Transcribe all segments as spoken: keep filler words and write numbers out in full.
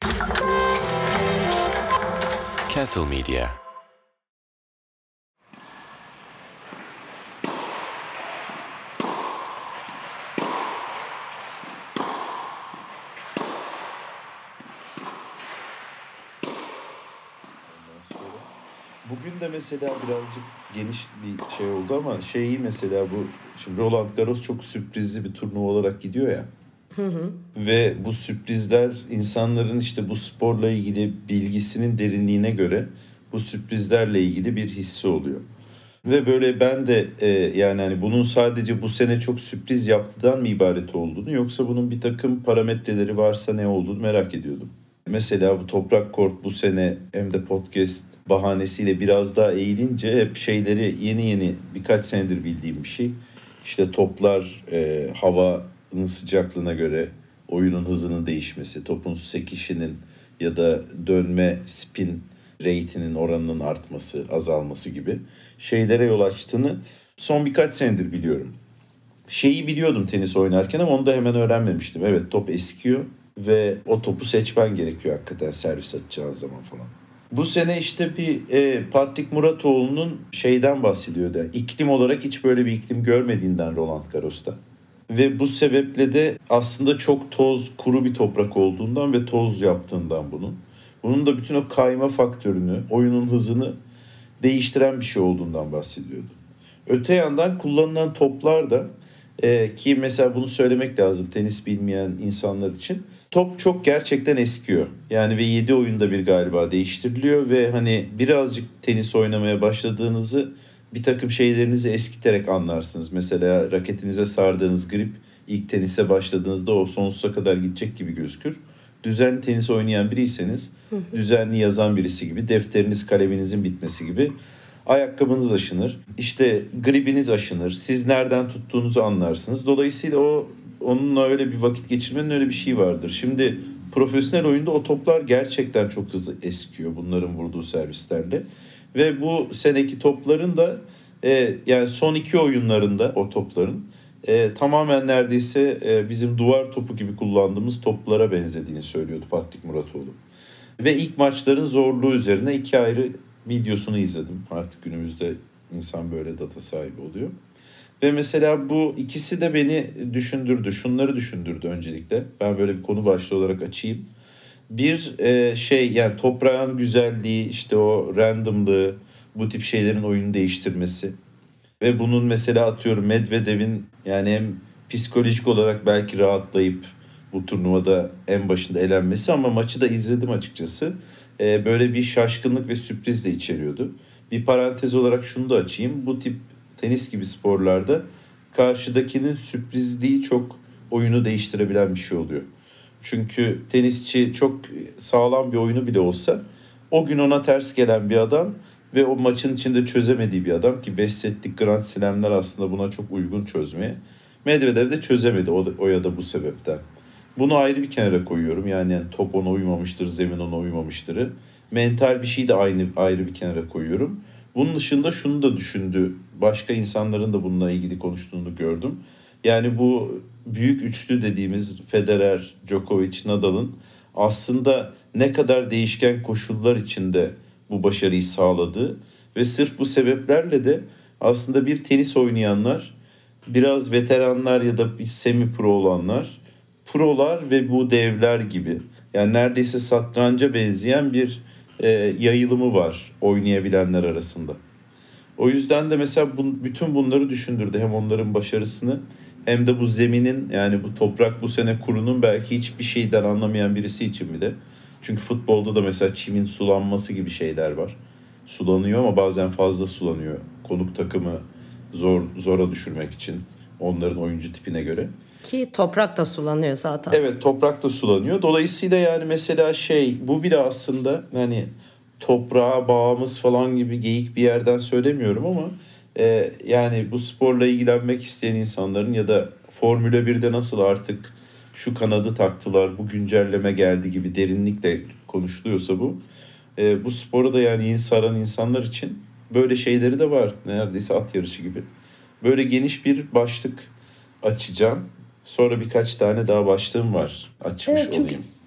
Castle Media. Bugün de mesela birazcık geniş bir şey oldu ama şeyi mesela bu şimdi Roland Garros çok sürprizli bir turnuva olarak gidiyor ya. Hı hı. Ve bu sürprizler insanların işte bu sporla ilgili bilgisinin derinliğine göre bu sürprizlerle ilgili bir hissi oluyor. Ve böyle ben de e, yani hani bunun sadece bu sene çok sürpriz yaptıdan mı ibaret olduğunu yoksa bunun bir takım parametreleri varsa ne olduğunu merak ediyordum. Mesela bu Toprak Kort bu sene hem de podcast bahanesiyle biraz daha eğilince hep şeyleri yeni yeni birkaç senedir bildiğim bir şey. İşte toplar e, havanın sıcaklığına göre oyunun hızının değişmesi, topun sekişinin ya da dönme spin rate'inin oranının artması, azalması gibi şeylere yol açtığını son birkaç senedir biliyorum. Şeyi biliyordum tenis oynarken ama onu da hemen öğrenmemiştim. Evet, top eskiyor ve o topu seçmen gerekiyor hakikaten servis atacağın zaman falan. Bu sene işte bir e, Patrik Muratoğlu'nun şeyden bahsediyordu. İklim olarak hiç böyle bir iklim görmediğinden Roland Garros'ta. Ve bu sebeple de aslında çok toz, kuru bir toprak olduğundan ve toz yaptığından bunun. Bunun da bütün o kayma faktörünü, oyunun hızını değiştiren bir şey olduğundan bahsediyordu. Öte yandan kullanılan toplar da e, ki mesela bunu söylemek lazım tenis bilmeyen insanlar için. Top çok gerçekten eskiyor. Yani ve yedi oyunda bir galiba değiştiriliyor ve hani birazcık tenis oynamaya başladığınızı bir takım şeylerinizi eskiterek anlarsınız. Mesela raketinize sardığınız grip ilk tenise başladığınızda o sonsuza kadar gidecek gibi gözükür. Düzenli tenis oynayan biriyseniz düzenli yazan birisi gibi defteriniz kaleminizin bitmesi gibi ayakkabınız aşınır. İşte gribiniz aşınır. Siz nereden tuttuğunuzu anlarsınız. Dolayısıyla o onunla öyle bir vakit geçirmenin öyle bir şey vardır. Şimdi profesyonel oyunda o toplar gerçekten çok hızlı eskiyor bunların vurduğu servislerle. Ve bu seneki topların da e, yani son iki oyunlarında o topların e, tamamen neredeyse e, bizim duvar topu gibi kullandığımız toplara benzediğini söylüyordu Patrik Muratoğlu. Ve ilk maçların zorluğu üzerine iki ayrı videosunu izledim. Artık günümüzde insan böyle data sahibi oluyor. Ve mesela bu ikisi de beni düşündürdü. Şunları düşündürdü öncelikle. Ben böyle bir konu başlığı olarak açayım. Bir e, şey yani toprağın güzelliği, işte o randomlığı, bu tip şeylerin oyunu değiştirmesi. Ve bunun mesela atıyorum Medvedev'in yani hem psikolojik olarak belki rahatlayıp bu turnuvada en başında elenmesi ama maçı da izledim açıkçası. Ee, böyle bir şaşkınlık ve sürpriz de içeriyordu. Bir parantez olarak şunu da açayım. Bu tip tenis gibi sporlarda karşıdakinin sürprizliği çok oyunu değiştirebilen bir şey oluyor. Çünkü tenisçi çok sağlam bir oyunu bile olsa o gün ona ters gelen bir adam ve o maçın içinde çözemediği bir adam ki beş setlik Grand Slam'ler aslında buna çok uygun çözmeye. Medvedev de çözemedi o, o ya da bu sebepten. Bunu ayrı bir kenara koyuyorum. Yani, yani top ona uymamıştır, zemin ona uymamıştır. Mental bir şey de aynı ayrı bir kenara koyuyorum. Bunun dışında şunu da düşündü. Başka insanların da bununla ilgili konuştuğunu gördüm. Yani bu büyük üçlü dediğimiz Federer, Djokovic, Nadal'ın aslında ne kadar değişken koşullar içinde bu başarıyı sağladığı ve sırf bu sebeplerle de aslında bir tenis oynayanlar, biraz veteranlar ya da bir semi pro olanlar, prolar ve bu devler gibi yani neredeyse satranca benzeyen bir e, yayılımı var oynayabilenler arasında. O yüzden de mesela bu, bütün bunları düşündürdü. Hem onların başarısını hem de bu zeminin yani bu toprak bu sene kurunun belki hiçbir şeyden anlamayan birisi için bile. Çünkü futbolda da mesela çimin sulanması gibi şeyler var. Sulanıyor ama bazen fazla sulanıyor. Konuk takımı zor zora düşürmek için onların oyuncu tipine göre. Ki toprak da sulanıyor zaten. Evet, toprak da sulanıyor. Dolayısıyla yani mesela şey bu bile aslında hani toprağa bağımız falan gibi geyik bir yerden söylemiyorum ama e, yani bu sporla ilgilenmek isteyen insanların ya da Formula birde nasıl artık şu kanadı taktılar, bu güncelleme geldi gibi derinlikle konuşuluyorsa bu. E, bu spora da yani yeni saran insanlar için böyle şeyleri de var. Neredeyse at yarışı gibi. Böyle geniş bir başlık açacağım. Sonra birkaç tane daha başlığım var. Açmış Evet, çünkü olayım.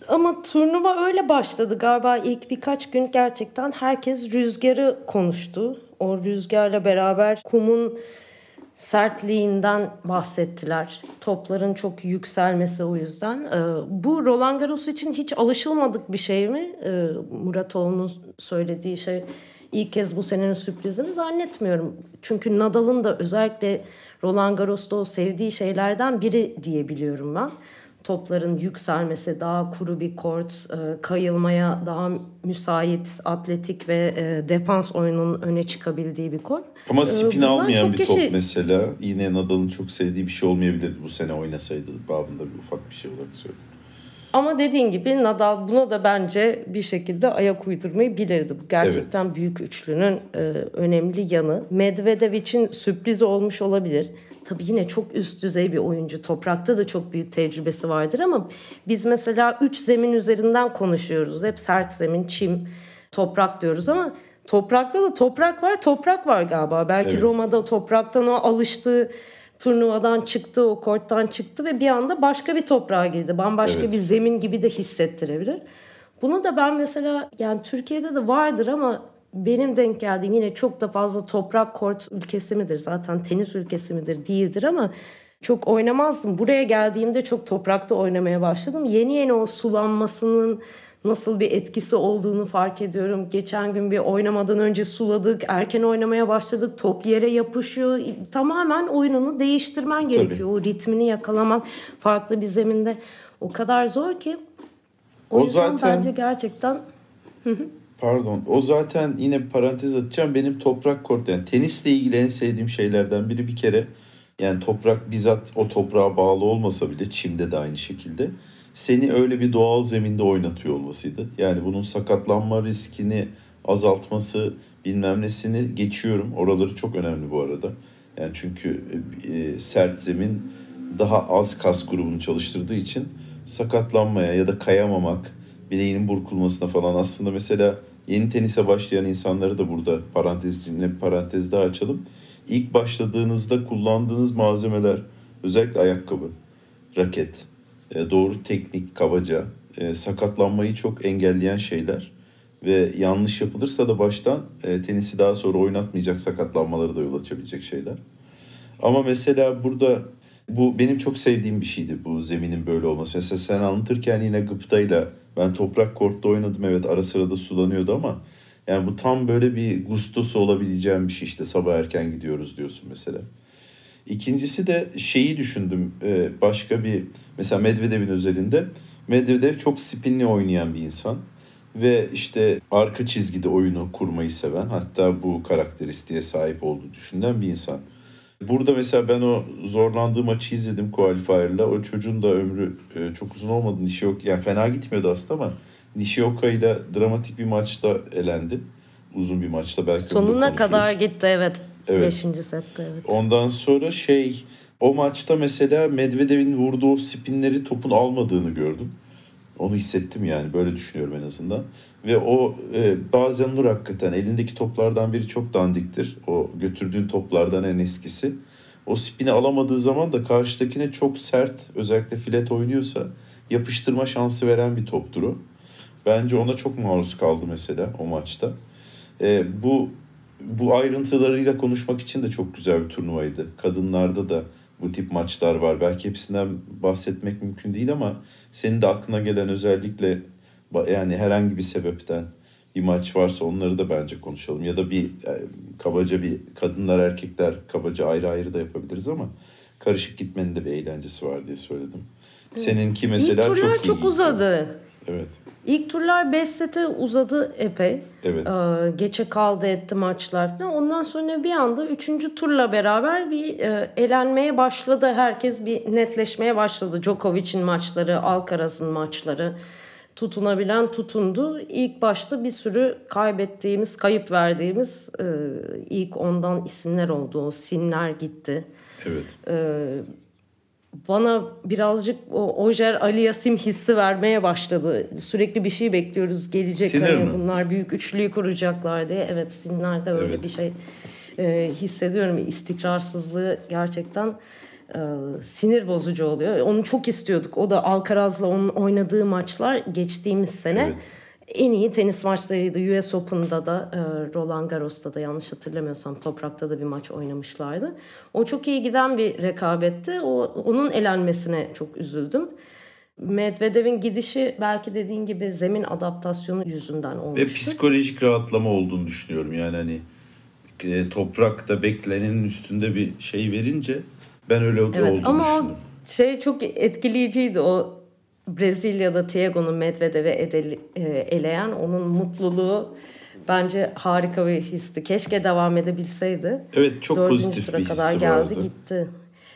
Ama turnuva öyle başladı galiba. İlk birkaç gün gerçekten herkes rüzgarı konuştu. O rüzgarla beraber kumun sertliğinden bahsettiler. Topların çok yükselmesi o yüzden. Ee, bu Roland Garros için hiç alışılmadık bir şey mi? Ee, Muratoğlu'nun söylediği şey ilk kez bu senenin sürprizi mi? Zannetmiyorum. Çünkü Nadal'ın da özellikle Roland Garros'ta o sevdiği şeylerden biri diye biliyorum ben. Topların yükselmesi, daha kuru bir kort, e, kayılmaya daha müsait, atletik ve e, defans oyununun öne çıkabildiği bir kort. Ama E, spin bundan almayan çok bir kişi- top mesela yine Nadal'ın çok sevdiği bir şey olmayabilirdi bu sene oynasaydı babında bir ufak bir şey olarak söylüyorum. Ama dediğin gibi Nadal buna da bence bir şekilde ayak uydurmayı bilirdi. Bu gerçekten büyük üçlünün e, önemli yanı. Medvedevic'in sürpriz olmuş olabilir. Tabii yine çok üst düzey bir oyuncu. Toprakta da çok büyük tecrübesi vardır ama biz mesela üç zemin üzerinden konuşuyoruz. Hep sert zemin, çim, toprak diyoruz ama toprakta da toprak var, toprak var galiba. Belki Evet. Roma'da topraktan o alıştığı turnuvadan çıktı, o korttan çıktı ve bir anda başka bir toprağa girdi. Bambaşka Evet. bir zemin gibi de hissettirebilir. Bunu da ben mesela yani Türkiye'de de vardır ama benim denk geldiğim yine çok da fazla toprak kort ülkesi midir? Zaten tenis ülkesi midir? Değildir ama çok oynamazdım. Buraya geldiğimde çok toprakta oynamaya başladım. Yeni yeni o sulanmasının nasıl bir etkisi olduğunu fark ediyorum. Geçen gün bir oynamadan önce suladık, erken oynamaya başladık, top yere yapışıyor. Tamamen oyununu değiştirmen gerekiyor. O ritmini yakalaman farklı bir zeminde o kadar zor ki. O, O yüzden zaten- bence gerçekten Pardon. O zaten yine parantez atacağım. Benim toprak kort yani tenisle ilgili en sevdiğim şeylerden biri bir kere yani toprak bizzat o toprağa bağlı olmasa bile çimde de aynı şekilde seni öyle bir doğal zeminde oynatıyor olmasıydı. Yani bunun sakatlanma riskini azaltması bilmem nesini geçiyorum. Oraları çok önemli bu arada. Yani çünkü e, sert zemin daha az kas grubunu çalıştırdığı için sakatlanmaya ya da kayamamak, bileğinin burkulmasına falan aslında mesela yeni tenise başlayan insanları da burada parantez, yine bir parantez daha açalım. İlk başladığınızda kullandığınız malzemeler özellikle ayakkabı, raket, e, doğru teknik, kabaca, e, sakatlanmayı çok engelleyen şeyler ve yanlış yapılırsa da baştan e, tenisi daha sonra oynatmayacak sakatlanmaları da yol açabilecek şeyler. Ama mesela burada bu benim çok sevdiğim bir şeydi bu zeminin böyle olması. Mesela sen anlatırken yine gıptayla ben toprak kortta oynadım, evet ara sıra da sulanıyordu ama yani bu tam böyle bir gustosu olabileceğim bir şey, işte sabah erken gidiyoruz diyorsun mesela. İkincisi de şeyi düşündüm, e, başka bir mesela Medvedev'in özelinde Medvedev çok spinli oynayan bir insan ve işte arka çizgide oyunu kurmayı seven, hatta bu karakteristiğe sahip olduğu düşünülen bir insan. Burada mesela ben o zorlandığı maçı izledim qualifier'la. O çocuğun da ömrü e, çok uzun olmadı. Nishioka yani fena gitmiyordu aslında ama Nishioka ile dramatik bir maçta elendi. Uzun bir maçta belki onu da sonuna konuşuruz. kadar gitti evet. Evet. Beşinci sette evet. Ondan sonra şey o maçta mesela Medvedev'in vurduğu o spinleri topun almadığını gördüm. Onu hissettim yani, böyle düşünüyorum en azından. Ve o e, bazen Nur hakikaten elindeki toplardan biri çok dandiktir. O götürdüğün toplardan en eskisi. O spini alamadığı zaman da karşıdakine çok sert, özellikle filet oynuyorsa yapıştırma şansı veren bir toptur o. Bence ona çok maruz kaldı mesela o maçta. E, bu bu ayrıntılarıyla konuşmak için de çok güzel bir turnuvaydı. Kadınlarda da bu tip maçlar var. Belki hepsinden bahsetmek mümkün değil ama senin de aklına gelen özellikle yani herhangi bir sebepten bir maç varsa onları da bence konuşalım. Ya da bir e, kabaca bir kadınlar erkekler kabaca ayrı ayrı da yapabiliriz ama karışık gitmenin de bir eğlencesi var diye söyledim. Seninki mesela İlk turlar çok iyi. çok uzadı. Evet. İlk turlar beş sete uzadı epey. Evet. Ee, geçe kaldı etti maçlar falan. Ondan sonra bir anda üçüncü turla beraber bir e, elenmeye başladı. Herkes bir netleşmeye başladı. Djokovic'in maçları, Alcaraz'ın maçları. Tutunabilen tutundu. İlk başta bir sürü kaybettiğimiz, kayıp verdiğimiz e, ilk ondan isimler oldu. O Sinner gitti. Evet. Bana birazcık o Ojer Aliasim hissi vermeye başladı. Sürekli bir şey bekliyoruz. Gelecek Sinir hani mi? bunlar büyük üçlüyü kuracaklar diye. Evet, Sinner'de öyle Evet. bir şey e, hissediyorum. İstikrarsızlığı gerçekten e, sinir bozucu oluyor. Onu çok istiyorduk. O da Alcaraz'la onun oynadığı maçlar geçtiğimiz sene Evet. en iyi tenis maçlarıydı. U S Open'da da e, Roland Garros'ta da yanlış hatırlamıyorsam toprakta da bir maç oynamışlardı. O çok iyi giden bir rekabetti. O, onun elenmesine çok üzüldüm. Medvedev'in gidişi belki dediğin gibi zemin adaptasyonu yüzünden Ve olmuştu. psikolojik rahatlama olduğunu düşünüyorum. Yani hani e, toprakta beklenenin üstünde bir şey verince ben öyle Evet olduğunu ama o düşündüm. şey çok etkileyiciydi. O Brezilya'da Thiago'nun Medvedev'e edeli- e, eleyen onun mutluluğu bence harika bir histi. Keşke devam edebilseydi. Evet, çok Dördüncü pozitif tura bir kadar hissi geldi vardı. gitti.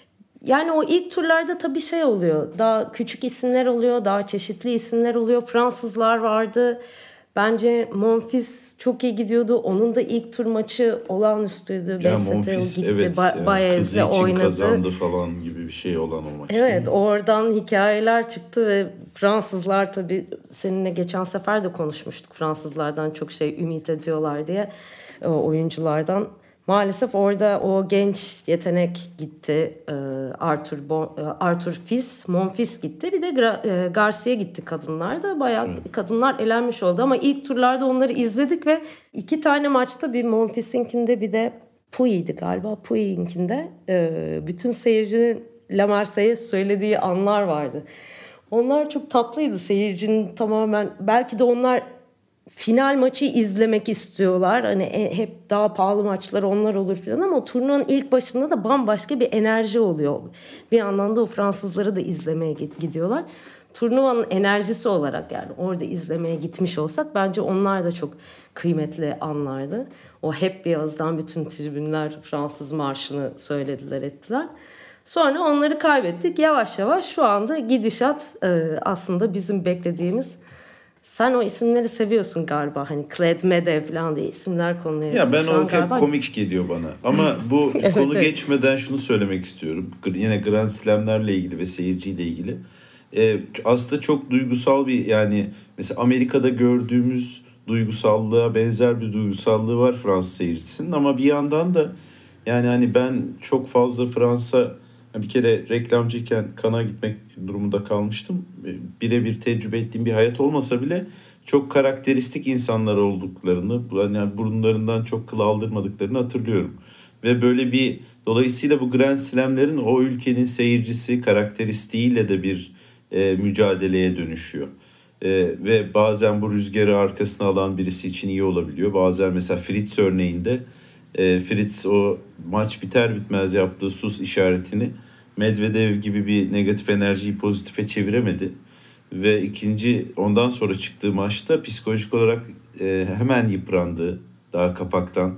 Yani o ilk turlarda tabii şey oluyor. Daha küçük isimler oluyor. Daha çeşitli isimler oluyor. Fransızlar vardı. Bence Monfils çok iyi gidiyordu. Onun da ilk tur maçı olağanüstüydü. Ya beş sete Monfils gitti. evet Ba- yani kızı Baez'le için oynadı. kazandı falan gibi bir şey olan o maç değil Evet, mi? oradan hikayeler çıktı ve Fransızlar tabii seninle geçen sefer de konuşmuştuk. Fransızlardan çok şey ümit ediyorlar diye e, oyunculardan. Maalesef orada o genç yetenek gitti. E, Arthur Bon, e, Arthur Fils, Monfils gitti. Bir de Gra- e, Garcia gitti kadınlar da. Bayağı Evet. kadınlar elenmiş oldu ama ilk turlarda onları izledik ve iki tane maçta bir Monfils'inkinde bir de Puyi'ydi galiba. Puyi'inkinde e, bütün seyircinin La Marseillaise söylediği anlar vardı. Onlar çok tatlıydı, seyircinin tamamen. Belki de onlar final maçı izlemek istiyorlar. Hani e- hep daha pahalı maçlar onlar olur falan ama turnuvanın ilk başında da bambaşka bir enerji oluyor. Bir yandan da o Fransızları da izlemeye git- gidiyorlar. Turnuvanın enerjisi olarak yani orada izlemeye gitmiş olsak bence onlar da çok kıymetli anlardı. O hep beyazdan bütün tribünler Fransız marşını söylediler ettiler. Sonra onları kaybettik. Yavaş yavaş şu anda gidişat e, aslında bizim beklediğimiz. Sen o isimleri seviyorsun galiba. Hani Kled Medev falan diye isimler konuluyor. Ya ben Şu o an hep galiba... komik geliyor bana. Ama bu Evet, konu evet. geçmeden şunu söylemek istiyorum. Yine Grand Slam'lerle ilgili ve seyirciyle ilgili. Ee, aslında çok duygusal bir yani mesela Amerika'da gördüğümüz duygusallığa benzer bir duygusallığı var Fransız seyircisinin ama bir yandan da yani hani ben çok fazla Fransa bir kere reklamcıyken Cannes'a gitmek durumunda kalmıştım. Birebir tecrübe ettiğim bir hayat olmasa bile çok karakteristik insanlar olduklarını, yani burunlarından çok kıl aldırmadıklarını hatırlıyorum. Ve böyle bir dolayısıyla bu Grand Slam'lerin o ülkenin seyircisi karakteristiğiyle de bir e, mücadeleye dönüşüyor. E, ve bazen bu rüzgarı arkasına alan birisi için iyi olabiliyor. Bazen mesela Fritz örneğinde e, Fritz o maç biter bitmez yaptığı sus işaretini Medvedev gibi bir negatif enerjiyi pozitife çeviremedi. Ve ikinci ondan sonra çıktığı maçta psikolojik olarak e, hemen yıprandı daha kapaktan.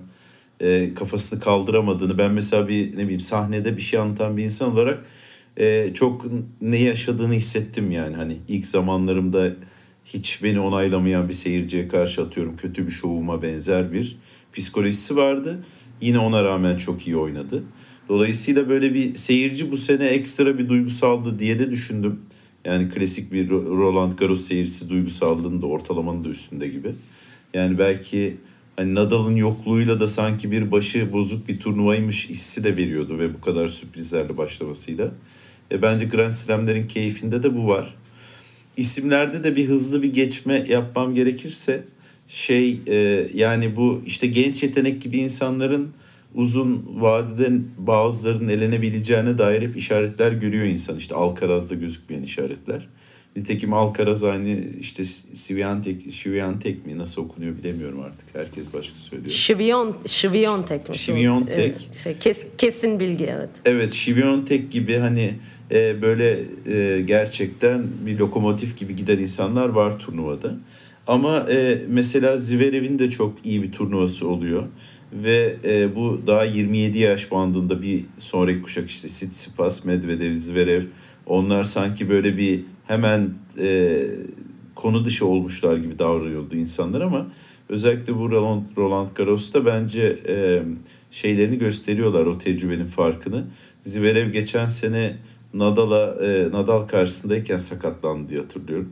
E, kafasını kaldıramadığını ben mesela bir ne bileyim sahnede bir şey anlatan bir insan olarak e, çok ne yaşadığını hissettim yani hani ilk zamanlarımda hiç beni onaylamayan bir seyirciye karşı atıyorum kötü bir şovuma benzer bir psikolojisi vardı. Yine ona rağmen çok iyi oynadı. Dolayısıyla böyle bir seyirci bu sene ekstra bir duygusaldı diye de düşündüm. Yani klasik bir Roland Garros seyircisi duygusallığının da ortalamanın da üstünde gibi. Yani belki hani Nadal'ın yokluğuyla da sanki bir başı bozuk bir turnuvaymış hissi de veriyordu ve bu kadar sürprizlerle başlamasıyla. E bence Grand Slam'lerin keyfinde de bu var. İsimlerde de bir hızlı bir geçme yapmam gerekirse şey e, yani bu işte genç yetenek gibi insanların uzun vadede bazılarının elenebileceğine dair hep işaretler görüyor insan. İşte Alcaraz'da gözükmeyen işaretler. Nitekim Alcaraz aynı işte Swiatek, Swiatek mi nasıl okunuyor bilemiyorum artık. Herkes başka söylüyor. Şivion, Şiviyontek mi? Şiviyontek. Evet, şey, kes, kesin bilgi evet. Evet, Swiatek gibi hani e, böyle e, gerçekten bir lokomotif gibi giden insanlar var turnuvada. Ama e, mesela Zverev'in de çok iyi bir turnuvası oluyor. Ve e, bu daha yirmi yedi yaş bandında bir sonraki kuşak işte Tsitsipas, Medvedev, Zverev. Onlar sanki böyle bir hemen e, konu dışı olmuşlar gibi davranıyordu insanlar ama özellikle bu Roland, Roland Garros'ta bence e, şeylerini gösteriyorlar o tecrübenin farkını. Zverev geçen sene Nadal'a e, Nadal karşısındayken sakatlandı diye hatırlıyorum.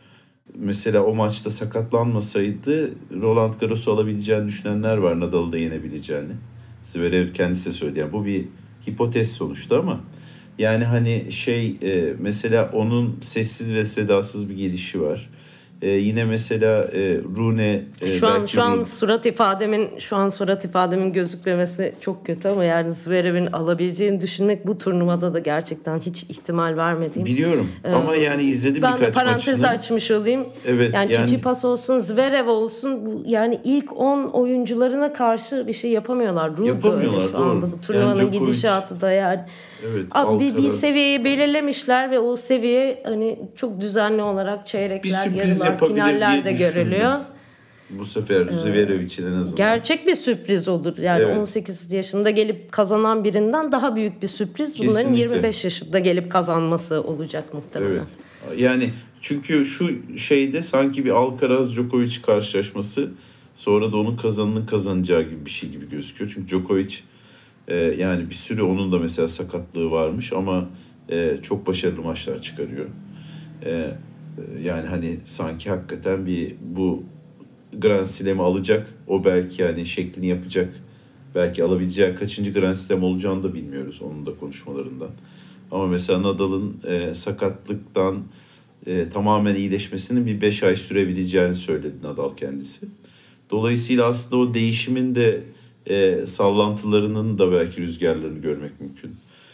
Mesela o maçta sakatlanmasaydı Roland Garros'u alabileceğini düşünenler var Nadal'ı da yenebileceğini. Zverev kendisi de söyledi. Yani bu bir hipotez sonuçta ama Yani hani şey e, mesela onun sessiz ve sedasız bir gelişi var. E, yine mesela e, Rune e, Şu an belki şu an Rune- surat ifademin şu an surat ifademin gözükmemesi çok kötü ama yani Zverev'in alabileceğini düşünmek bu turnuvada da gerçekten hiç ihtimal vermediğim. biliyorum ama yani izledim Ben de birkaç parantez maçını. açmış olayım. Evet, yani, yani- Tsitsipas olsun, Zverev olsun bu yani ilk on oyuncularına karşı bir şey yapamıyorlar. Ruud da öyle Yapamıyorlar, şu anda doğru. bu turnuvanın Yani Djokovic- gidişatı da yani. Evet, Abi bir, bir Alcaraz. seviyeyi belirlemişler ve o seviye hani çok düzenli olarak Bir çeyrekler, sürpriz yarılar, yapabilir finaller de diye düşündüm. görülüyor. Bu sefer Zverev için en azından. Gerçek bir sürpriz olur. Yani Evet. on sekiz yaşında gelip kazanan birinden daha büyük bir sürpriz. Bunların Kesinlikle. yirmi beş yaşında gelip kazanması olacak muhtemelen. Evet. Yani çünkü şu şeyde sanki bir Alcaraz-Djokovic karşılaşması, sonra da onun kazanının kazanacağı gibi bir şey gibi gözüküyor. Çünkü Djokovic e, yani bir sürü onun da mesela sakatlığı varmış ama e, çok başarılı maçlar çıkarıyor. E, e, yani hani sanki hakikaten bir bu Grand Slam'ı alacak. O belki yani şeklini yapacak. Belki alabileceği kaçıncı Grand Slam olacağını da bilmiyoruz onun da konuşmalarından. Ama mesela Nadal'ın e, sakatlıktan e, tamamen iyileşmesinin bir beş ay sürebileceğini söyledi Nadal kendisi. Dolayısıyla aslında o değişimin de e, sallantılarının da belki rüzgarlarını görmek mümkün.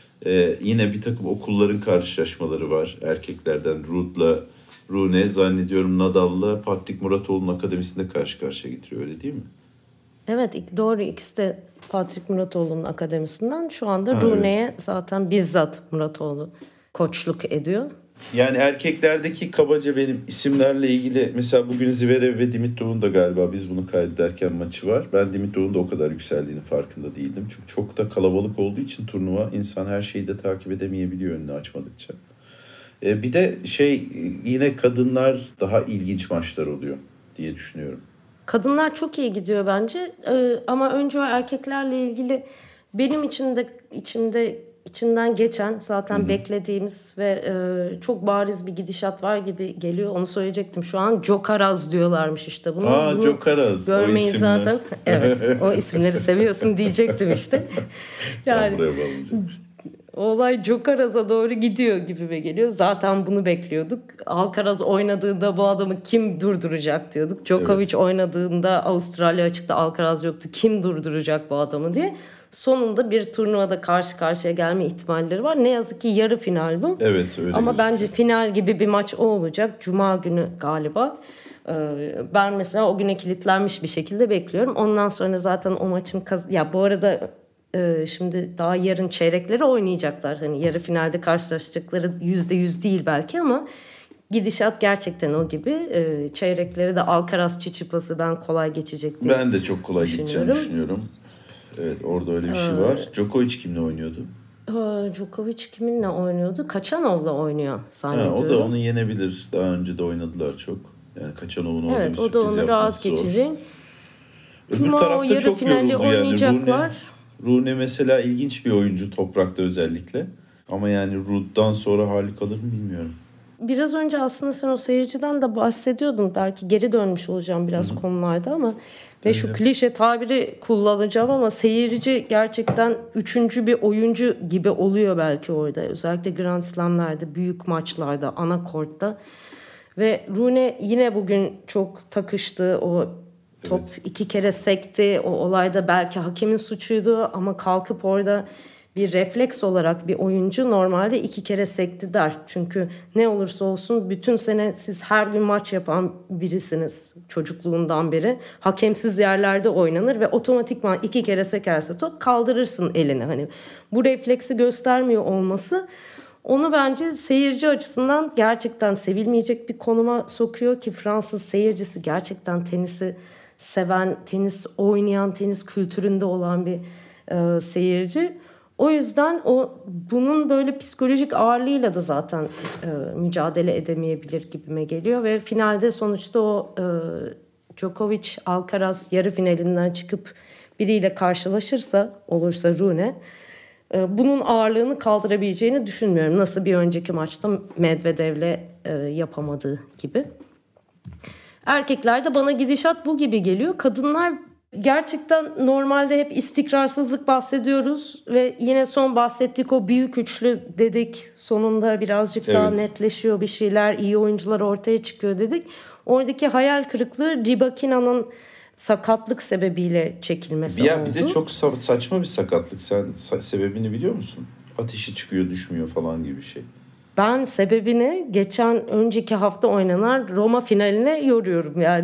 E, yine bir takım okulların karşılaşmaları var. Erkeklerden Ruud'la Rune, zannediyorum Nadal'la Patrik Muratoğlu'nun akademisinde karşı karşıya getiriyor, öyle değil mi? Evet ik- doğru, ikisi de Patrik Muratoğlu'nun akademisinden. Şu anda Ha, Rune'ye zaten bizzat Muratoğlu koçluk ediyor. Yani erkeklerdeki kabaca benim isimlerle ilgili mesela bugün Zverev ve Dimitrov'un da galiba biz bunu kaydederken maçı var. Ben Dimitrov'un da o kadar yükseldiğini farkında değildim. Çünkü çok da kalabalık olduğu için turnuva, insan her şeyi de takip edemeyebiliyor önünü açmadıkça. Ee, bir de şey, yine kadınlar daha ilginç maçlar oluyor diye düşünüyorum. Kadınlar çok iyi gidiyor bence. Ee, ama önce o erkeklerle ilgili benim içinde içimde içinden geçen zaten beklediğimiz ve e, çok bariz bir gidişat var gibi geliyor. Onu söyleyecektim. Şu an Jokaraz diyorlarmış işte bunu. Aa, Bunu Jokaraz, o görmeyi isimler. zaten. Evet, o isimleri seviyorsun diyecektim işte. Ben Yani buraya bağlanacağım. olay Jokaraz'a doğru gidiyor gibime geliyor. Zaten bunu bekliyorduk. Alcaraz oynadığında bu adamı kim durduracak diyorduk. Djokovic Evet. oynadığında Avustralya açıkta Alcaraz yoktu. Kim durduracak bu adamı diye. Sonunda bir turnuvada karşı karşıya gelme ihtimalleri var. Ne yazık ki yarı final bu. Evet, öyle Ama gözüküyor. bence final gibi bir maç o olacak. Cuma günü galiba. Ee, Ben mesela o güne kilitlenmiş bir şekilde bekliyorum. Ondan sonra zaten o maçın kaz- ya bu arada e, şimdi daha yarın çeyrekleri oynayacaklar. Hani yarı finalde karşılaşacakları yüzde yüz değil belki ama gidişat gerçekten o gibi. Ee, çeyrekleri de Alcaraz Tsitsipas'ı ben kolay geçecek diye. Ben de çok kolay gideceğini düşünüyorum. düşünüyorum. Evet, orada öyle bir şey var. Djokovic kimle oynuyordu? Ee, Djokovic kiminle oynuyordu? Kaçanov'la oynuyor Ha, zannediyorum. o da onu yenebilir. Daha önce de oynadılar çok. Yani Kaçanov'un orada Evet, bir o da sürpriz onu rahat yapması zor. geçecek. Öbür Cuma o tarafta yarı çok finali yoruldu yani. oynayacaklar. Rune, Rune mesela ilginç bir oyuncu toprakta özellikle. Ama yani Ruud'dan sonra hali kalır mı bilmiyorum. Biraz önce aslında sen o seyirciden de bahsediyordun. Belki geri dönmüş olacağım biraz konularda ama ve şu klişe tabiri kullanacağım ama seyirci gerçekten üçüncü bir oyuncu gibi oluyor belki orada. Özellikle Grand Slam'lerde, büyük maçlarda, ana kortta. Ve Rune yine bugün çok takıştı. O top Evet. iki kere sekti. O olayda belki hakemin suçuydu ama kalkıp orada bir refleks olarak bir oyuncu normalde iki kere sekti der. Çünkü ne olursa olsun bütün sene siz her gün maç yapan birisiniz çocukluğundan beri. Hakemsiz yerlerde oynanır ve otomatikman iki kere sekerse top kaldırırsın elini. Hani bu refleksi göstermiyor olması onu bence seyirci açısından gerçekten sevilmeyecek bir konuma sokuyor ki Fransız seyircisi gerçekten tenisi seven, tenis oynayan, tenis kültüründe olan bir e, seyirci. O yüzden o bunun böyle psikolojik ağırlığıyla da zaten e, mücadele edemeyebilir gibime geliyor ve finalde sonuçta o e, Djokovic Alcaraz yarı finalinden çıkıp biriyle karşılaşırsa olursa Rune e, bunun ağırlığını kaldırabileceğini düşünmüyorum. Nasıl bir önceki maçta Medvedev'le e, yapamadığı gibi. Erkeklerde bana gidişat bu gibi geliyor. Kadınlar Gerçekten normalde hep istikrarsızlık bahsediyoruz ve yine son bahsettik o büyük üçlü dedik. Sonunda birazcık Evet. daha netleşiyor bir şeyler, iyi oyuncular ortaya çıkıyor dedik. Oradaki hayal kırıklığı Ribakina'nın sakatlık sebebiyle çekilmesi Ya oldu. bir de çok sa- saçma bir sakatlık. Sen sa- sebebini biliyor musun? Ateşi çıkıyor, düşmüyor falan gibi bir şey. Ben sebebini geçen önceki hafta oynanan Roma finaline yoruyorum yani.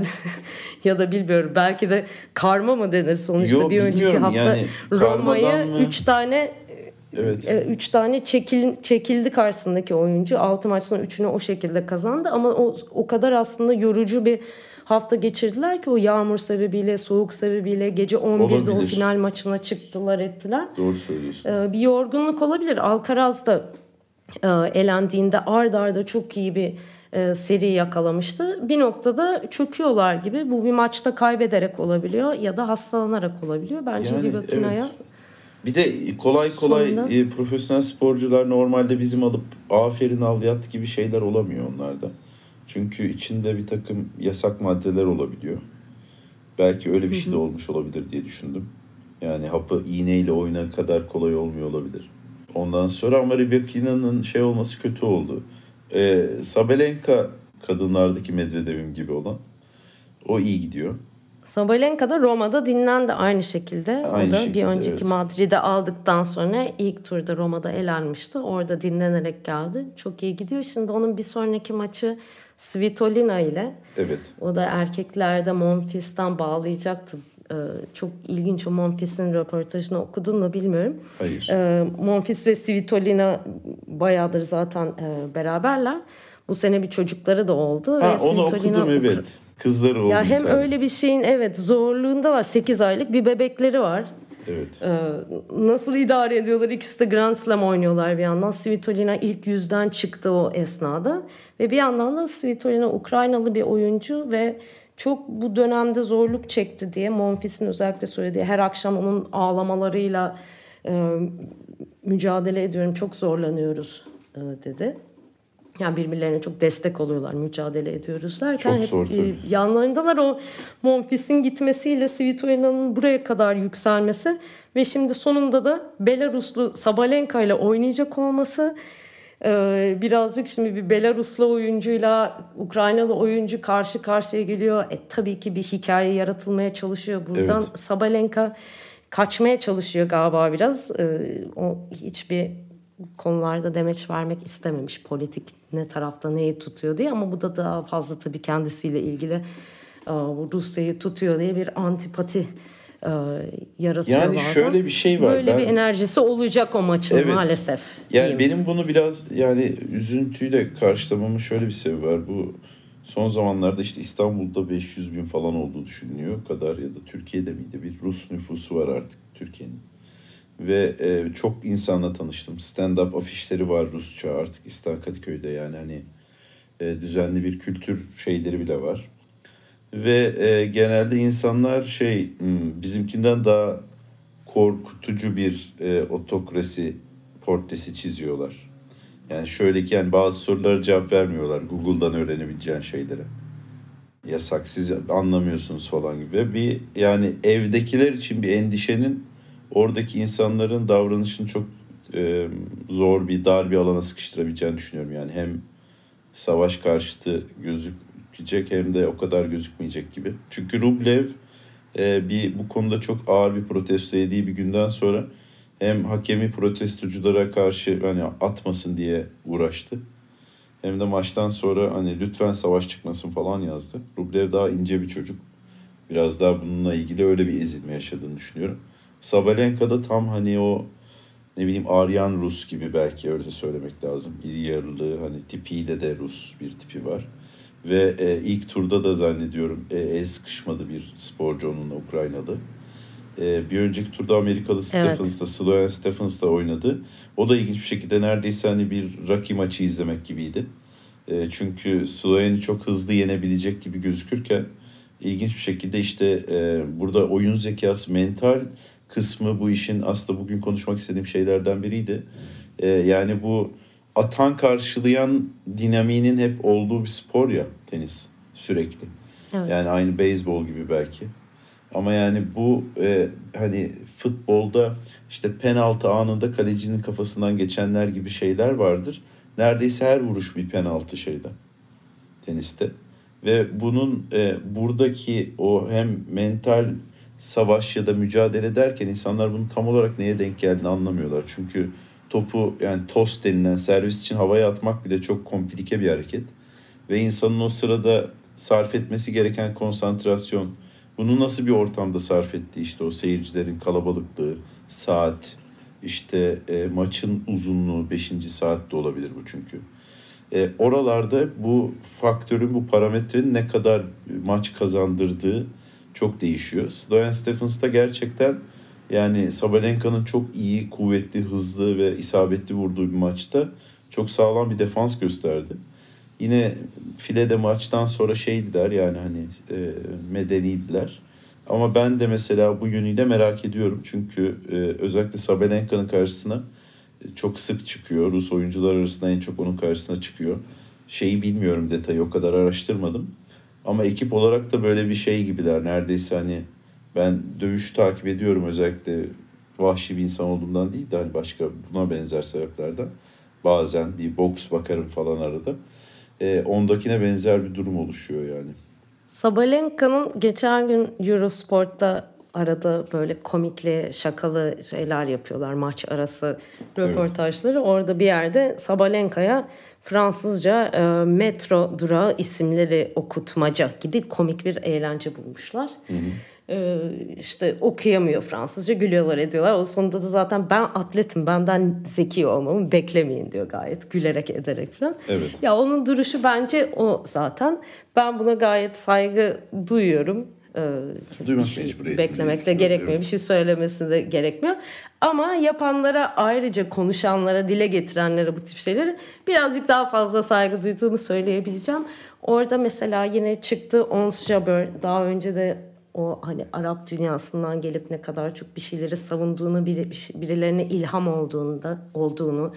Ya da bilmiyorum, belki de karma mı denir sonuçta. Yo, Bir önceki bilmiyorum hafta yani, karmadan Roma'yı mı? üç tane Evet. e, üç tane çekil, çekildi karşısındaki oyuncu. altı maçtan üçünü o şekilde kazandı ama o, o kadar aslında yorucu bir hafta geçirdiler ki o yağmur sebebiyle, soğuk sebebiyle gece on birde o Olabilir. final maçına çıktılar ettiler. Doğru söylüyorsun. Ee, bir yorgunluk olabilir. Alcaraz da e, elendiğinde ard arda çok iyi bir e, seri yakalamıştı. Bir noktada çöküyorlar gibi. Bu bir maçta kaybederek olabiliyor ya da hastalanarak olabiliyor. Bence Yani Ribakina'ya evet. Bir de kolay kolay Sonunda- e, profesyonel sporcular normalde bizim alıp aferin al yat gibi şeyler olamıyor onlarda. Çünkü içinde bir takım yasak maddeler olabiliyor. Belki öyle bir şey de olmuş olabilir diye düşündüm. Yani hapı iğneyle oyna kadar kolay olmuyor olabilir. Ondan sonra ama Rybakina'nın şey olması kötü oldu. Ee, Sabalenka kadınlardaki Medvedev'im gibi olan. O iyi gidiyor. Sabalenka da Roma'da dinlendi aynı şekilde. Aynı o da şekilde, bir önceki evet. Madrid'e aldıktan sonra ilk turda Roma'da elenmişti. Orada dinlenerek geldi. Çok iyi gidiyor. Şimdi onun bir sonraki maçı Svitolina ile. Evet. O da erkeklerde Monfils'ten bağlayacaktı. Ee, çok ilginç, o Monfils'in röportajını okudun mu bilmiyorum. Hayır. Ee, Monfils ve Svitolina bayağıdır zaten e, beraberler. Bu sene bir çocukları da oldu. Ha, ve onu Svitolina okudum, evet. Kızları oldu. Ya bir hem tane. öyle bir şeyin evet zorluğunda var. sekiz aylık bir bebekleri var. Evet. Ee, nasıl idare ediyorlar? İkisi de Grand Slam oynuyorlar bir yandan. Svitolina ilk yüzden çıktı o esnada. Ve bir yandan da Svitolina Ukraynalı bir oyuncu ve çok bu dönemde zorluk çekti diye Monfils'in özellikle söylediği, her akşam onun ağlamalarıyla e, mücadele ediyorum, çok zorlanıyoruz e, dedi. Yani birbirlerine çok destek oluyorlar, mücadele ediyoruz derken Çok hep zor tabii. e, yanlarındalar. O Monfils'in gitmesiyle Svitolina'nın buraya kadar yükselmesi ve şimdi sonunda da Belaruslu Sabalenka ile oynayacak olması, e, birazcık şimdi bir Belaruslu oyuncuyla Ukraynalı oyuncu karşı karşıya geliyor. E, tabii ki bir hikaye yaratılmaya çalışıyor buradan. Evet. Sabalenka kaçmaya çalışıyor galiba biraz. E, o hiçbir konularda demeç vermek istememiş, politik ne tarafta neyi tutuyor diye, ama bu da daha fazla tabii kendisiyle ilgili e, Rusya'yı tutuyor diye bir antipati e, yaratıyor Yani bazen. şöyle bir şey var. Böyle Ben- bir enerjisi olacak o maçın Evet. maalesef. Yani diyeyim. benim bunu biraz yani üzüntüyle karşılamamın şöyle bir sebebi var. Bu son zamanlarda işte İstanbul'da beş yüz bin falan olduğu düşünülüyor. O kadar, ya da Türkiye'de miydi, bir Rus nüfusu var artık Türkiye'nin. Ve e, çok insanla tanıştım. Stand-up afişleri var Rusça artık İstanbul Kadıköy'de, yani hani e, düzenli bir kültür şeyleri bile var. Ve e, genelde insanlar şey hmm, bizimkinden daha korkutucu bir e, otokrasi portresi çiziyorlar. Yani şöyle ki, yani bazı sorulara cevap vermiyorlar Google'dan öğrenebileceğin şeylere. Yasak, siz anlamıyorsunuz falan gibi. Ve bir, yani evdekiler için bir endişenin oradaki insanların davranışını çok e, zor bir, dar bir alana sıkıştırabileceğini düşünüyorum. Yani hem savaş karşıtı gözükecek hem de o kadar gözükmeyecek gibi. Çünkü Rublev e, bir bu konuda çok ağır bir protesto yediği bir günden sonra hem hakemi protestoculara karşı hani atmasın diye uğraştı, hem de maçtan sonra hani lütfen savaş çıkmasın falan yazdı. Rublev daha ince bir çocuk. Biraz daha bununla ilgili öyle bir ezilme yaşadığını düşünüyorum. Sabalenka da tam hani o, ne bileyim, Aryan Rus gibi, belki öyle söylemek lazım. İri yarılı, hani tipiyle de Rus bir tipi var. Ve e, ilk turda da zannediyorum e, el sıkışmadı bir sporcu onunla, Ukraynalı. E, bir önceki turda Amerikalı Stephens'ta, Sloan Stephens'ta oynadı. O da ilginç bir şekilde neredeyse hani bir Rocky maçı izlemek gibiydi. E, çünkü Sloan'i çok hızlı yenebilecek gibi gözükürken ilginç bir şekilde işte e, burada oyun zekası, mental kısmı bu işin aslında bugün konuşmak istediğim şeylerden biriydi. E, yani bu atan karşılayan dinamiğinin hep olduğu bir spor ya tenis, sürekli. Evet. Yani aynı beyzbol gibi belki. Ama yani bu e, hani futbolda işte penaltı anında kalecinin kafasından geçenler gibi şeyler vardır. Neredeyse her vuruş bir penaltı şeyde, teniste. Ve bunun e, buradaki o hem mental savaş ya da mücadele derken insanlar bunun tam olarak neye denk geldiğini anlamıyorlar. Çünkü topu, yani toss denilen servis için havaya atmak bile çok komplike bir hareket. Ve insanın o sırada sarf etmesi gereken konsantrasyon, bunu nasıl bir ortamda sarf ettiği, işte o seyircilerin kalabalıklığı, saat, işte e, maçın uzunluğu, beşinci saat de olabilir bu çünkü. E, oralarda bu faktörün, bu parametrenin ne kadar maç kazandırdığı çok değişiyor. Sloane Stephens da gerçekten, yani Sabalenka'nın çok iyi, kuvvetli, hızlı ve isabetli vurduğu bir maçta çok sağlam bir defans gösterdi. Yine filede maçtan sonra şeydiler, yani hani e, medeniydiler. Ama ben de mesela bu yönüyle merak ediyorum. Çünkü e, özellikle Sabalenka'nın karşısına çok sık çıkıyor. Rus oyuncular arasında en çok onun karşısına çıkıyor. Şeyi bilmiyorum, detayı o kadar araştırmadım. Ama ekip olarak da böyle bir şey gibiler. Neredeyse hani ben dövüş takip ediyorum, özellikle vahşi bir insan olduğumdan değil de hani başka buna benzer sebeplerden. Bazen bir boks bakarım falan arada. E, ondakine benzer bir durum oluşuyor yani. Sabalenka'nın geçen gün Eurosport'ta arada böyle komikli, şakalı şeyler yapıyorlar. Maç arası röportajları. Evet. Orada bir yerde Sabalenka'ya Fransızca e, metro durağı isimleri okutmaca gibi komik bir eğlence bulmuşlar. Hı hı. E, işte okuyamıyor Fransızca, gülüyorlar ediyorlar. O sonunda da zaten ben atletim, benden zeki olmamı beklemeyin diyor gayet gülerek ederek falan. Evet. Ya onun duruşu bence o zaten. Ben buna gayet saygı duyuyorum. Duymak bir şey mecburiyetinde. Beklemek de gerekmiyor. Evet. Bir şey söylemesi de gerekmiyor. Ama yapanlara, ayrıca konuşanlara, dile getirenlere bu tip şeyleri birazcık daha fazla saygı duyduğumu söyleyebileceğim. Orada mesela yine çıktı Ons Jabeur. Daha önce de o hani Arap dünyasından gelip ne kadar çok bir şeyleri savunduğunu, birilerine ilham olduğunu da olduğunu,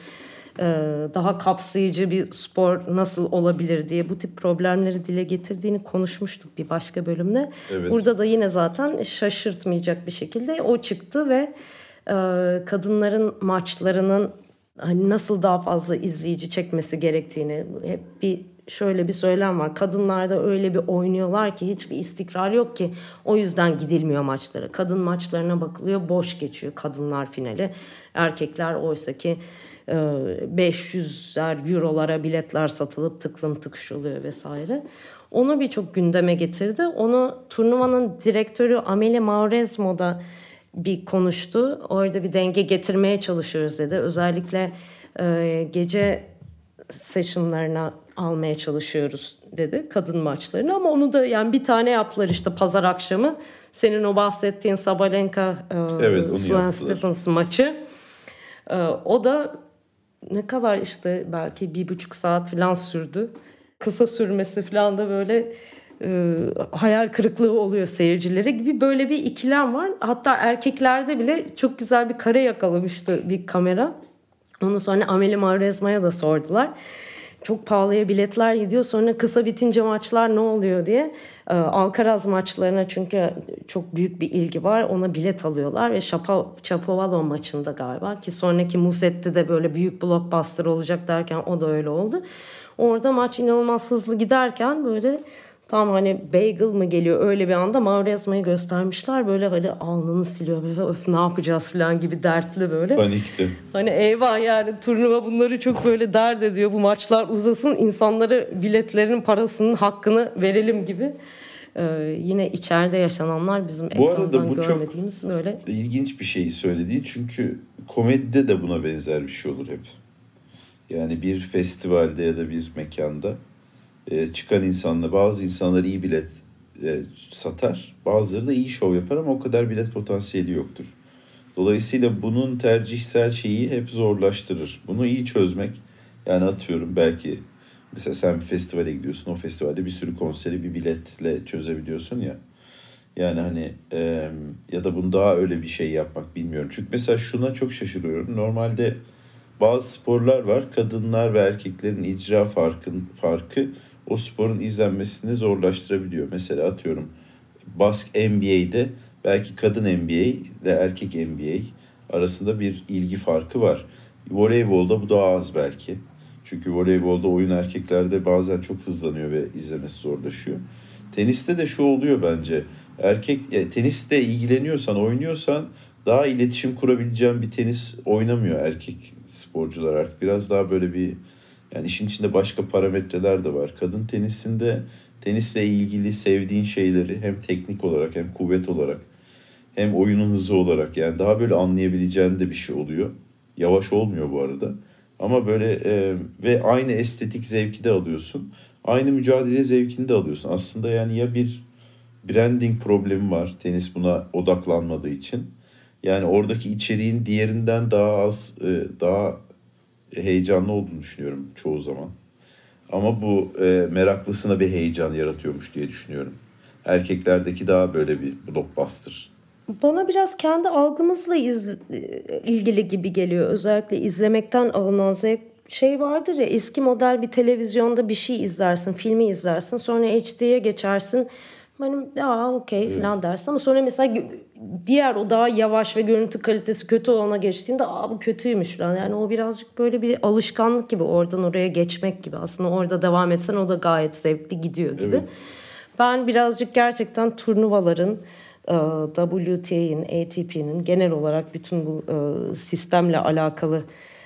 daha kapsayıcı bir spor nasıl olabilir diye bu tip problemleri dile getirdiğini konuşmuştuk bir başka bölümde. Evet. Burada da yine zaten şaşırtmayacak bir şekilde o çıktı ve kadınların maçlarının hani nasıl daha fazla izleyici çekmesi gerektiğini, hep bir şöyle bir söylem var. Kadınlarda öyle bir oynuyorlar ki hiçbir istikrar yok ki, o yüzden gidilmiyor maçlara. Kadın maçlarına bakılıyor, boş geçiyor kadınlar finali. Erkekler oysa ki beş yüzer eurolara biletler satılıp tıklım tıkış oluyor vesaire. Onu birçok gündeme getirdi. Onu turnuvanın direktörü Amelie Mauresmo da bir konuştu. Orada bir denge getirmeye çalışıyoruz dedi. Özellikle e, gece sessionlarına almaya çalışıyoruz dedi kadın maçlarını, ama onu da yani bir tane yaptılar işte pazar akşamı. Senin o bahsettiğin Sabalenka e, evet, Sloane Stephens maçı. E, o da ne kadar işte belki bir buçuk saat falan sürdü. Kısa sürmesi falan da böyle e, hayal kırıklığı oluyor seyircilere gibi, böyle bir ikilem var. Hatta erkeklerde bile çok güzel bir kare yakalamıştı bir kamera. Onu sonra Amelie Mauresmo'ya da sordular. Çok pahalıya biletler gidiyor. Sonra kısa bitince maçlar ne oluyor diye. Ee, Alcaraz maçlarına çünkü çok büyük bir ilgi var. Ona bilet alıyorlar ve Shapovalov maçında galiba, ki sonraki Muset'te de böyle büyük blockbuster olacak derken o da öyle oldu. Orada maç inanılmaz hızlı giderken böyle tam hani bagel mı geliyor öyle bir anda Mauresmo'yu göstermişler. Böyle hani alnını siliyor böyle, öf ne yapacağız falan gibi dertli böyle. Panikti. Hani eyvah, yani turnuva bunları çok böyle dert ediyor. Bu maçlar uzasın, insanlara biletlerinin parasının hakkını verelim gibi. Ee, yine içeride yaşananlar bizim bu ekrandan bu görmediğimiz böyle. İlginç bir şey söylediğin, çünkü komedide de buna benzer bir şey olur hep. Yani bir festivalde ya da bir mekanda çıkan insanlar, bazı insanlar iyi bilet e, satar, bazıları da iyi şov yapar ama o kadar bilet potansiyeli yoktur. Dolayısıyla bunun tercihsel şeyi hep zorlaştırır. Bunu iyi çözmek, yani atıyorum belki mesela sen bir festivale gidiyorsun, o festivalde bir sürü konseri bir biletle çözebiliyorsun ya. Yani hani e, ya da bunu daha öyle bir şey yapmak, bilmiyorum. Çünkü mesela şuna çok şaşırıyorum. Normalde bazı sporlar var, kadınlar ve erkeklerin icra farkın, farkı o sporun izlenmesini zorlaştırabiliyor. Mesela atıyorum bask N B A'de belki kadın N B A ile erkek N B A arasında bir ilgi farkı var. Voleybolda bu daha az belki. Çünkü voleybolda oyun erkeklerde bazen çok hızlanıyor ve izlemesi zorlaşıyor. Teniste de şu oluyor bence. Erkek e, teniste ilgileniyorsan, oynuyorsan daha iletişim kurabileceğin bir tenis oynamıyor erkek sporcular artık. Biraz daha böyle bir, yani işin içinde başka parametreler de var. Kadın tenisinde tenisle ilgili sevdiğin şeyleri hem teknik olarak hem kuvvet olarak hem oyunun hızı olarak, yani daha böyle anlayabileceğin de bir şey oluyor. Yavaş olmuyor bu arada. Ama böyle e, ve aynı estetik zevki de alıyorsun. Aynı mücadele zevkini de alıyorsun. Aslında yani ya bir branding problemi var. Tenis buna odaklanmadığı için. Yani oradaki içeriğin diğerinden daha az, e, daha heyecanlı olduğunu düşünüyorum çoğu zaman. Ama bu e, meraklısına bir heyecan yaratıyormuş diye düşünüyorum. Erkeklerdeki daha böyle bir blockbuster. Bana biraz kendi algımızla iz, ilgili gibi geliyor. Özellikle izlemekten alınan zevk. Şey vardır ya, eski model bir televizyonda bir şey izlersin, filmi izlersin. Sonra H D'ye geçersin. Hani aa okey evet. falan dersin. Ama sonra mesela diğer o daha yavaş ve görüntü kalitesi kötü olana geçtiğinde aa bu kötüymüş falan. Yani o birazcık böyle bir alışkanlık gibi, oradan oraya geçmek gibi. Aslında orada devam etsen o da gayet zevkli gidiyor gibi. Evet. Ben birazcık gerçekten turnuvaların, W T A'nin, A T P'nin genel olarak bütün bu sistemle alakalı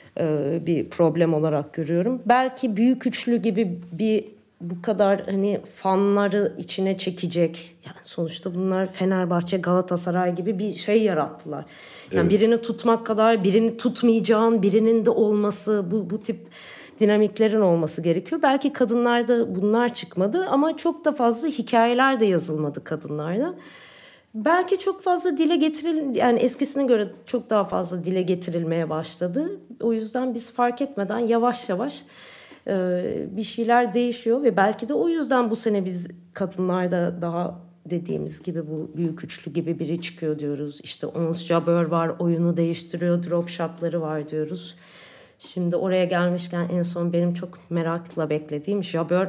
bir problem olarak görüyorum. Belki büyük üçlü gibi bir bu kadar hani fanları içine çekecek. Yani sonuçta bunlar Fenerbahçe, Galatasaray gibi bir şey yarattılar. Yani evet. Birini tutmak kadar birini tutmayacağın birinin de olması, bu bu tip dinamiklerin olması gerekiyor. Belki kadınlarda bunlar çıkmadı ama çok da fazla hikayeler de yazılmadı kadınlarda. Belki çok fazla dile getiril, yani eskisine göre çok daha fazla dile getirilmeye başladı. O yüzden biz fark etmeden yavaş yavaş e, bir şeyler değişiyor ve belki de o yüzden bu sene biz kadınlarda daha dediğimiz gibi bu büyük üçlü gibi biri çıkıyor diyoruz. İşte Ons Jabeur var, oyunu değiştiriyor, drop shotları var diyoruz. Şimdi oraya gelmişken en son benim çok merakla beklediğim Jabeur e,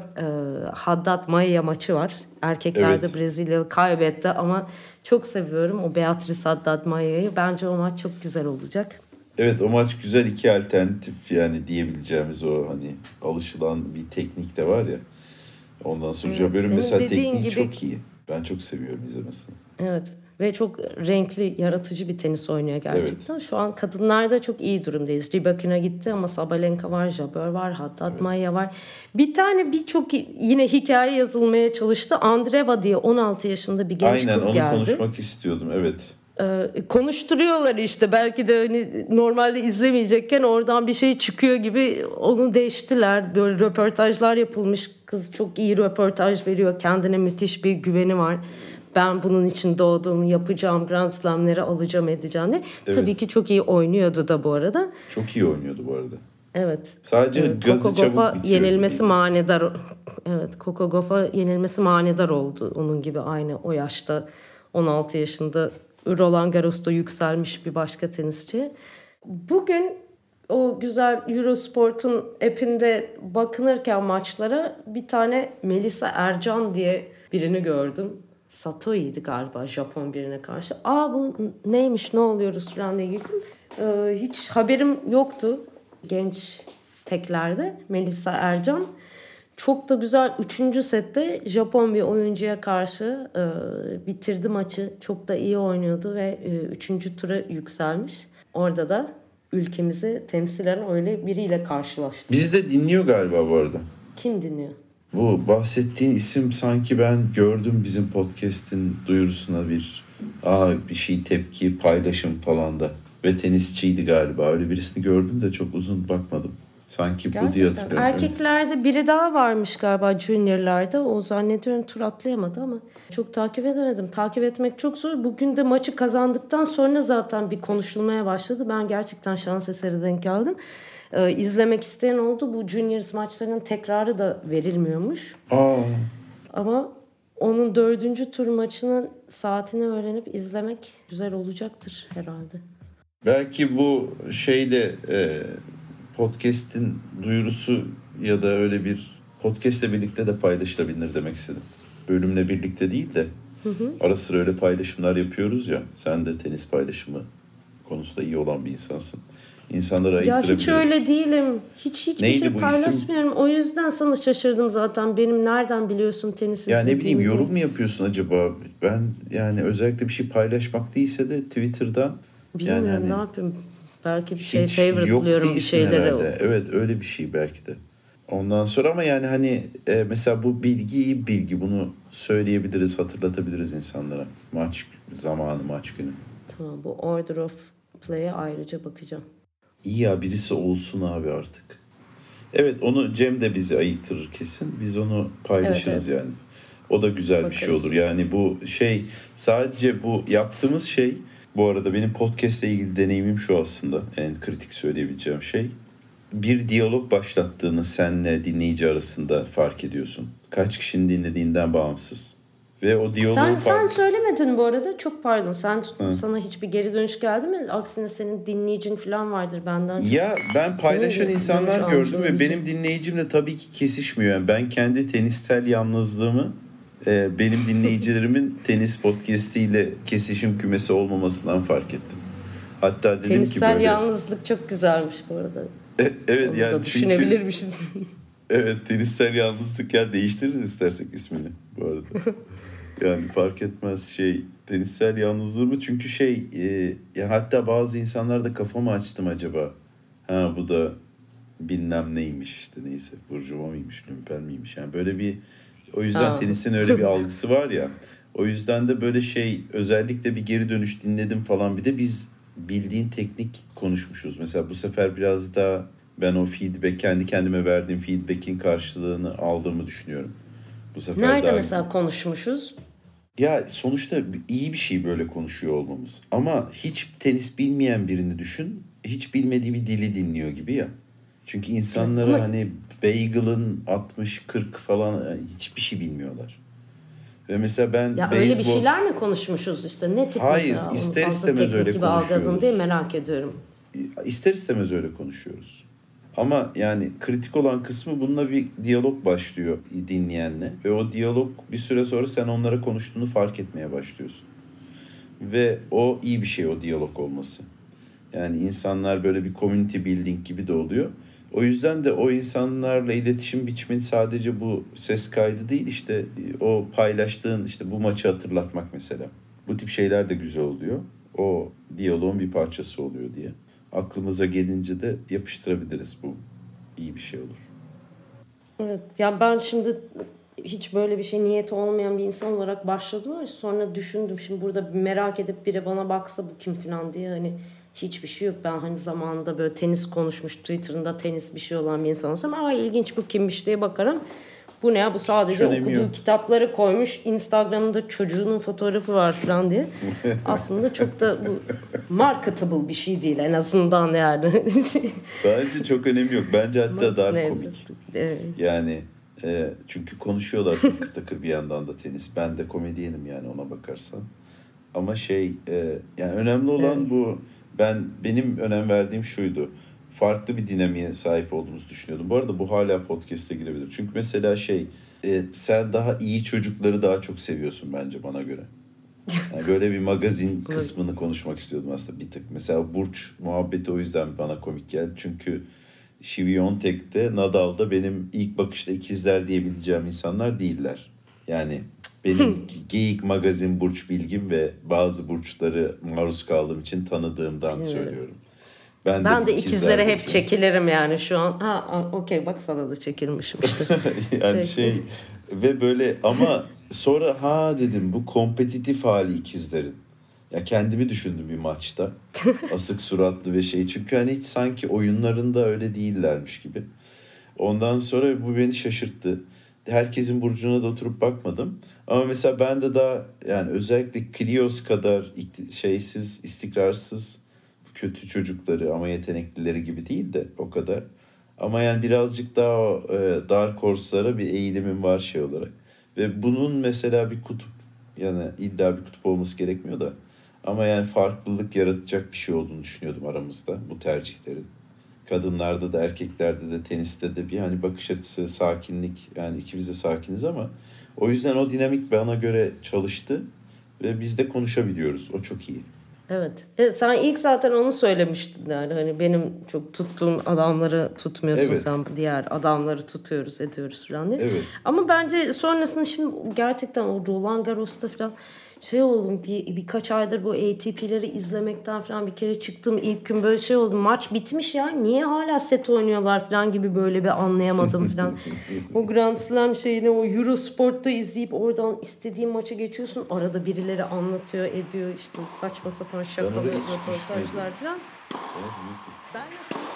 Haddad Maia maçı var. Erkeklerde evet. Brezilya kaybetti ama çok seviyorum o Beatriz Haddad Maia'yı. Bence o maç çok güzel olacak. Evet, o maç güzel, iki alternatif yani diyebileceğimiz o hani alışılan bir teknik de var ya. Ondan sonra evet, Jabeur'ün mesela tekniği gibi... çok iyi. Ben çok seviyorum izlemesini. Evet. Ve çok renkli, yaratıcı bir tenis oynuyor gerçekten. Evet. Şu an kadınlarda çok iyi durumdayız. Rybakina gitti ama Sabalenka var, Jabeur var, Haddad evet. Maia var. Bir tane birçok yine hikaye yazılmaya çalıştı. Andreeva diye on altı yaşında bir genç Aynen, kız geldi. Aynen, onu konuşmak istiyordum, evet. Ee, konuşturuyorlar işte. Belki de hani normalde izlemeyecekken oradan bir şey çıkıyor gibi onu değiştiler. Böyle röportajlar yapılmış. Kız çok iyi röportaj veriyor. Kendine müthiş bir güveni var. Ben bunun için doğdum, yapacağım, Grand Slam'leri alacağım, edeceğim diye. Evet. Tabii ki çok iyi oynuyordu da bu arada. Çok iyi oynuyordu bu arada. Evet. Sadece evet. gazı Coco çabuk Gauff'a bitiyor. yenilmesi manidar. Evet, Coco Gauff'a yenilmesi manidar oldu. Onun gibi aynı o yaşta on altı yaşında Roland Garros'ta yükselmiş bir başka tenisçi. Bugün o güzel Eurosport'un app'inde bakınırken maçlara bir tane Melisa Ercan diye birini gördüm. Satoi'ydi galiba, Japon birine karşı. Aa bu neymiş, ne oluyoruz falan diye girdim. Ee, hiç haberim yoktu genç teklerde Melisa Ercan. Çok da güzel üçüncü sette Japon bir oyuncuya karşı e, bitirdi maçı. Çok da iyi oynuyordu ve e, üçüncü tura yükselmiş. Orada da ülkemizi temsilen öyle biriyle karşılaştı. Bizi de dinliyor galiba bu arada. Kim dinliyor? Bu bahsettiğin isim sanki ben gördüm bizim podcast'in duyurusuna bir aa bir şey tepki paylaşım falan da ve tenisçiydi galiba. Öyle birisini gördüm de çok uzun bakmadım. Sanki gerçekten bu diye hatırlıyorum. Erkeklerde biri daha varmış galiba juniorlarda. O zannediyorum tur atlayamadı ama çok takip edemedim. Takip etmek çok zor. Bugün de maçı kazandıktan sonra zaten bir konuşulmaya başladı. Ben gerçekten şans eseri denk geldim. Ee, izlemek isteyen oldu. Bu juniors maçlarının tekrarı da verilmiyormuş. Aa. Ama onun dördüncü tur maçının saatini öğrenip izlemek güzel olacaktır herhalde. Belki bu şeyde e, podcast'in duyurusu ya da öyle bir podcast'le birlikte de paylaşılabilir demek istedim. Bölümle birlikte değil de Ara sıra öyle paylaşımlar yapıyoruz ya. Sen de tenis paylaşımı konusunda iyi olan bir insansın. İnsanları Ya ayırtırabiliriz. hiç öyle değilim. Hiç hiçbir Neydi şey bu paylaşmıyorum. O yüzden sana şaşırdım zaten. Benim nereden biliyorsun tenis Ya ne bileyim, izlediğimi? yorum mu yapıyorsun acaba? Ben yani özellikle bir şey paylaşmak değilse de Twitter'dan Bilmiyorum yani hani ne yapayım. Belki bir şey hiç yok favorite'lıyorum bir değilsin şeylere. herhalde. Evet, öyle bir şey belki de. Ondan sonra ama yani hani e, mesela bu bilgi iyi bilgi, bunu söyleyebiliriz, hatırlatabiliriz insanlara. Maç zamanı, maç günü. Tamam, bu Order of Play'e ayrıca bakacağım. İyi ya, birisi olsun abi artık. Evet, onu Cem de bizi ayıktırır kesin. Biz onu paylaşırız Evet, yani. O da güzel bir şey Bakarız. olur. Yani bu şey, sadece bu yaptığımız şey, bu arada benim podcast ile ilgili deneyimim şu aslında. En kritik söyleyebileceğim şey. Bir diyalog başlattığını senle dinleyici arasında fark ediyorsun. Kaç kişinin dinlediğinden bağımsız. Ve o diyaloğu Sen, sen fark... söylemedin bu arada. Çok pardon. Sen Hı. sana hiçbir geri dönüş geldi mi? Aksine senin dinleyicin falan vardır benden. Ya ben paylaşan Senin insanlar dönüş gördüm almış ve benim olabilecek. dinleyicimle tabii ki kesişmiyor. Yani ben kendi tenissel yalnızlığımı e, benim dinleyicilerimin tenis podcastiyle kesişim kümesi olmamasından fark ettim. Hatta dedim ki Tenissel böyle... yalnızlık çok güzelmiş bu arada. E, evet Onu yani da çünkü... düşünebilirmişiz. Evet, tenissel yalnızlık, ya değiştiririz istersek ismini bu arada. Yani fark etmez şey, tenissel yalnızlığımı, çünkü şey e, ya hatta bazı insanlar da kafamı açtım acaba. Ha, bu da bilmem neymiş işte, neyse, burjuva mıymış, lümpen miymiş, yani böyle bir, o yüzden Ha. tenisin öyle bir algısı var ya. O yüzden de böyle şey, özellikle bir geri dönüş dinledim falan, bir de biz bildiğin teknik konuşmuşuz. Mesela bu sefer biraz daha ben o feedback, kendi kendime verdiğim feedback'in karşılığını aldığımı düşünüyorum. Bu sefer Nerede daha mesela konuşmuşuz? ya sonuçta iyi bir şey böyle konuşuyor olmamız. Ama hiç tenis bilmeyen birini düşün. Hiç bilmediği bir dili dinliyor gibi ya. Çünkü insanlara Ama hani Bagel'ın altmış kırk falan hiçbir şey bilmiyorlar. Ve mesela ben ya öyle bir beyzbol... şeyler mi konuşmuşuz işte? Ne tip Hayır, mesela? Onu ister fazla istemez teknik öyle gibi algıladın konuşuyoruz. diye merak ediyorum. İster istemez öyle konuşuyoruz. Ama yani kritik olan kısmı, bununla bir diyalog başlıyor dinleyenle. Ve o diyalog bir süre sonra sen onlara konuştuğunu fark etmeye başlıyorsun. Ve o iyi bir şey, o diyalog olması. Yani insanlar böyle bir community building gibi de oluyor. O yüzden de o insanlarla iletişim biçimi sadece bu ses kaydı değil, işte o paylaştığın, işte bu maçı hatırlatmak mesela. Bu tip şeyler de güzel oluyor. O diyaloğun bir parçası oluyor diye. Aklımıza gelince de yapıştırabiliriz, bu iyi bir şey olur. Evet. Ya ben şimdi hiç böyle bir şey niyeti olmayan bir insan olarak başladım ama sonra düşündüm. Şimdi burada merak edip biri bana baksa bu kim falan diye, hani hiçbir şey yok. Ben hani zamanında böyle tenis konuşmuş, Twitter'ında tenis bir şey olan bir insan olsam, aa ilginç bu kimmiş diye bakarım. Bu ne ya, bu sadece önemi okuduğu yok. kitapları koymuş, Instagram'da çocuğunun fotoğrafı var falan diye. Aslında çok da bu marketable bir şey değil en azından yani. Bence çok önemi yok. Bence hatta daha Neyse. komik. Evet. Yani e, çünkü konuşuyorlar takır takır bir yandan da tenis. Ben de komedyenim yani, ona bakarsan. Ama şey e, yani önemli olan Evet. bu. Ben benim önem verdiğim şuydu. Farklı bir dinamiğe sahip olduğumuzu düşünüyordum. Bu arada bu hala podcast'e girebilir. Çünkü mesela şey e, sen daha iyi çocukları daha çok seviyorsun bence, bana göre. Yani böyle bir magazin kısmını konuşmak istiyordum aslında bir tık. Mesela Burç muhabbeti o yüzden bana komik geldi. Çünkü Świątek'te, Nadal'da benim ilk bakışta ikizler diyebileceğim insanlar değiller. Yani benim geyik magazin burç bilgim ve bazı burçları maruz kaldığım için tanıdığımdan söylüyorum. Ben, Ben de, de ikizlere hep çekilirim yani şu an. Ha okey, bak sana da çekilmişim işte. yani şey ve böyle, ama sonra ha dedim, bu kompetitif hali ikizlerin. Ya kendimi düşündüm bir maçta. Asık suratlı ve şey. Çünkü hani hiç sanki oyunlarında öyle değillermiş gibi. Ondan sonra bu beni şaşırttı. Herkesin burcuna da oturup bakmadım. Ama mesela ben de daha, yani özellikle Krios kadar ikti- şeysiz, istikrarsız, kötü çocukları ama yeteneklileri gibi değil de o kadar. Ama yani birazcık daha o, e, Dark Horse'lara bir eğilimim var şey olarak. Ve bunun mesela bir kutup, yani illa bir kutup olması gerekmiyor da. Ama yani farklılık yaratacak bir şey olduğunu düşünüyordum aramızda, bu tercihlerin. Kadınlarda da erkeklerde de teniste de bir hani bakış açısı, sakinlik, yani ikimiz de sakiniz ama o yüzden o dinamik bana göre çalıştı. Ve biz de konuşabiliyoruz. O çok iyi. Evet. E, sen ilk zaten onu söylemiştin yani hani benim çok tuttuğum adamları tutmuyorsun Evet. sen diğer adamları tutuyoruz ediyoruz falan diye. Evet. Ama bence sonrasında şimdi gerçekten o Roland Garros'ta falan şey oldum bir, birkaç aydır bu A T P'leri izlemekten falan bir kere çıktım ilk gün böyle şey oldum maç bitmiş ya niye hala set oynuyorlar falan gibi böyle bir anlayamadım falan. O Grand Slam şeyini o Eurosport'ta izleyip oradan istediğin maça geçiyorsun arada birileri anlatıyor ediyor işte saçma sapan şakalı oraya hiç röportajlar düşmedim. falan. Evet, YouTube. Ben de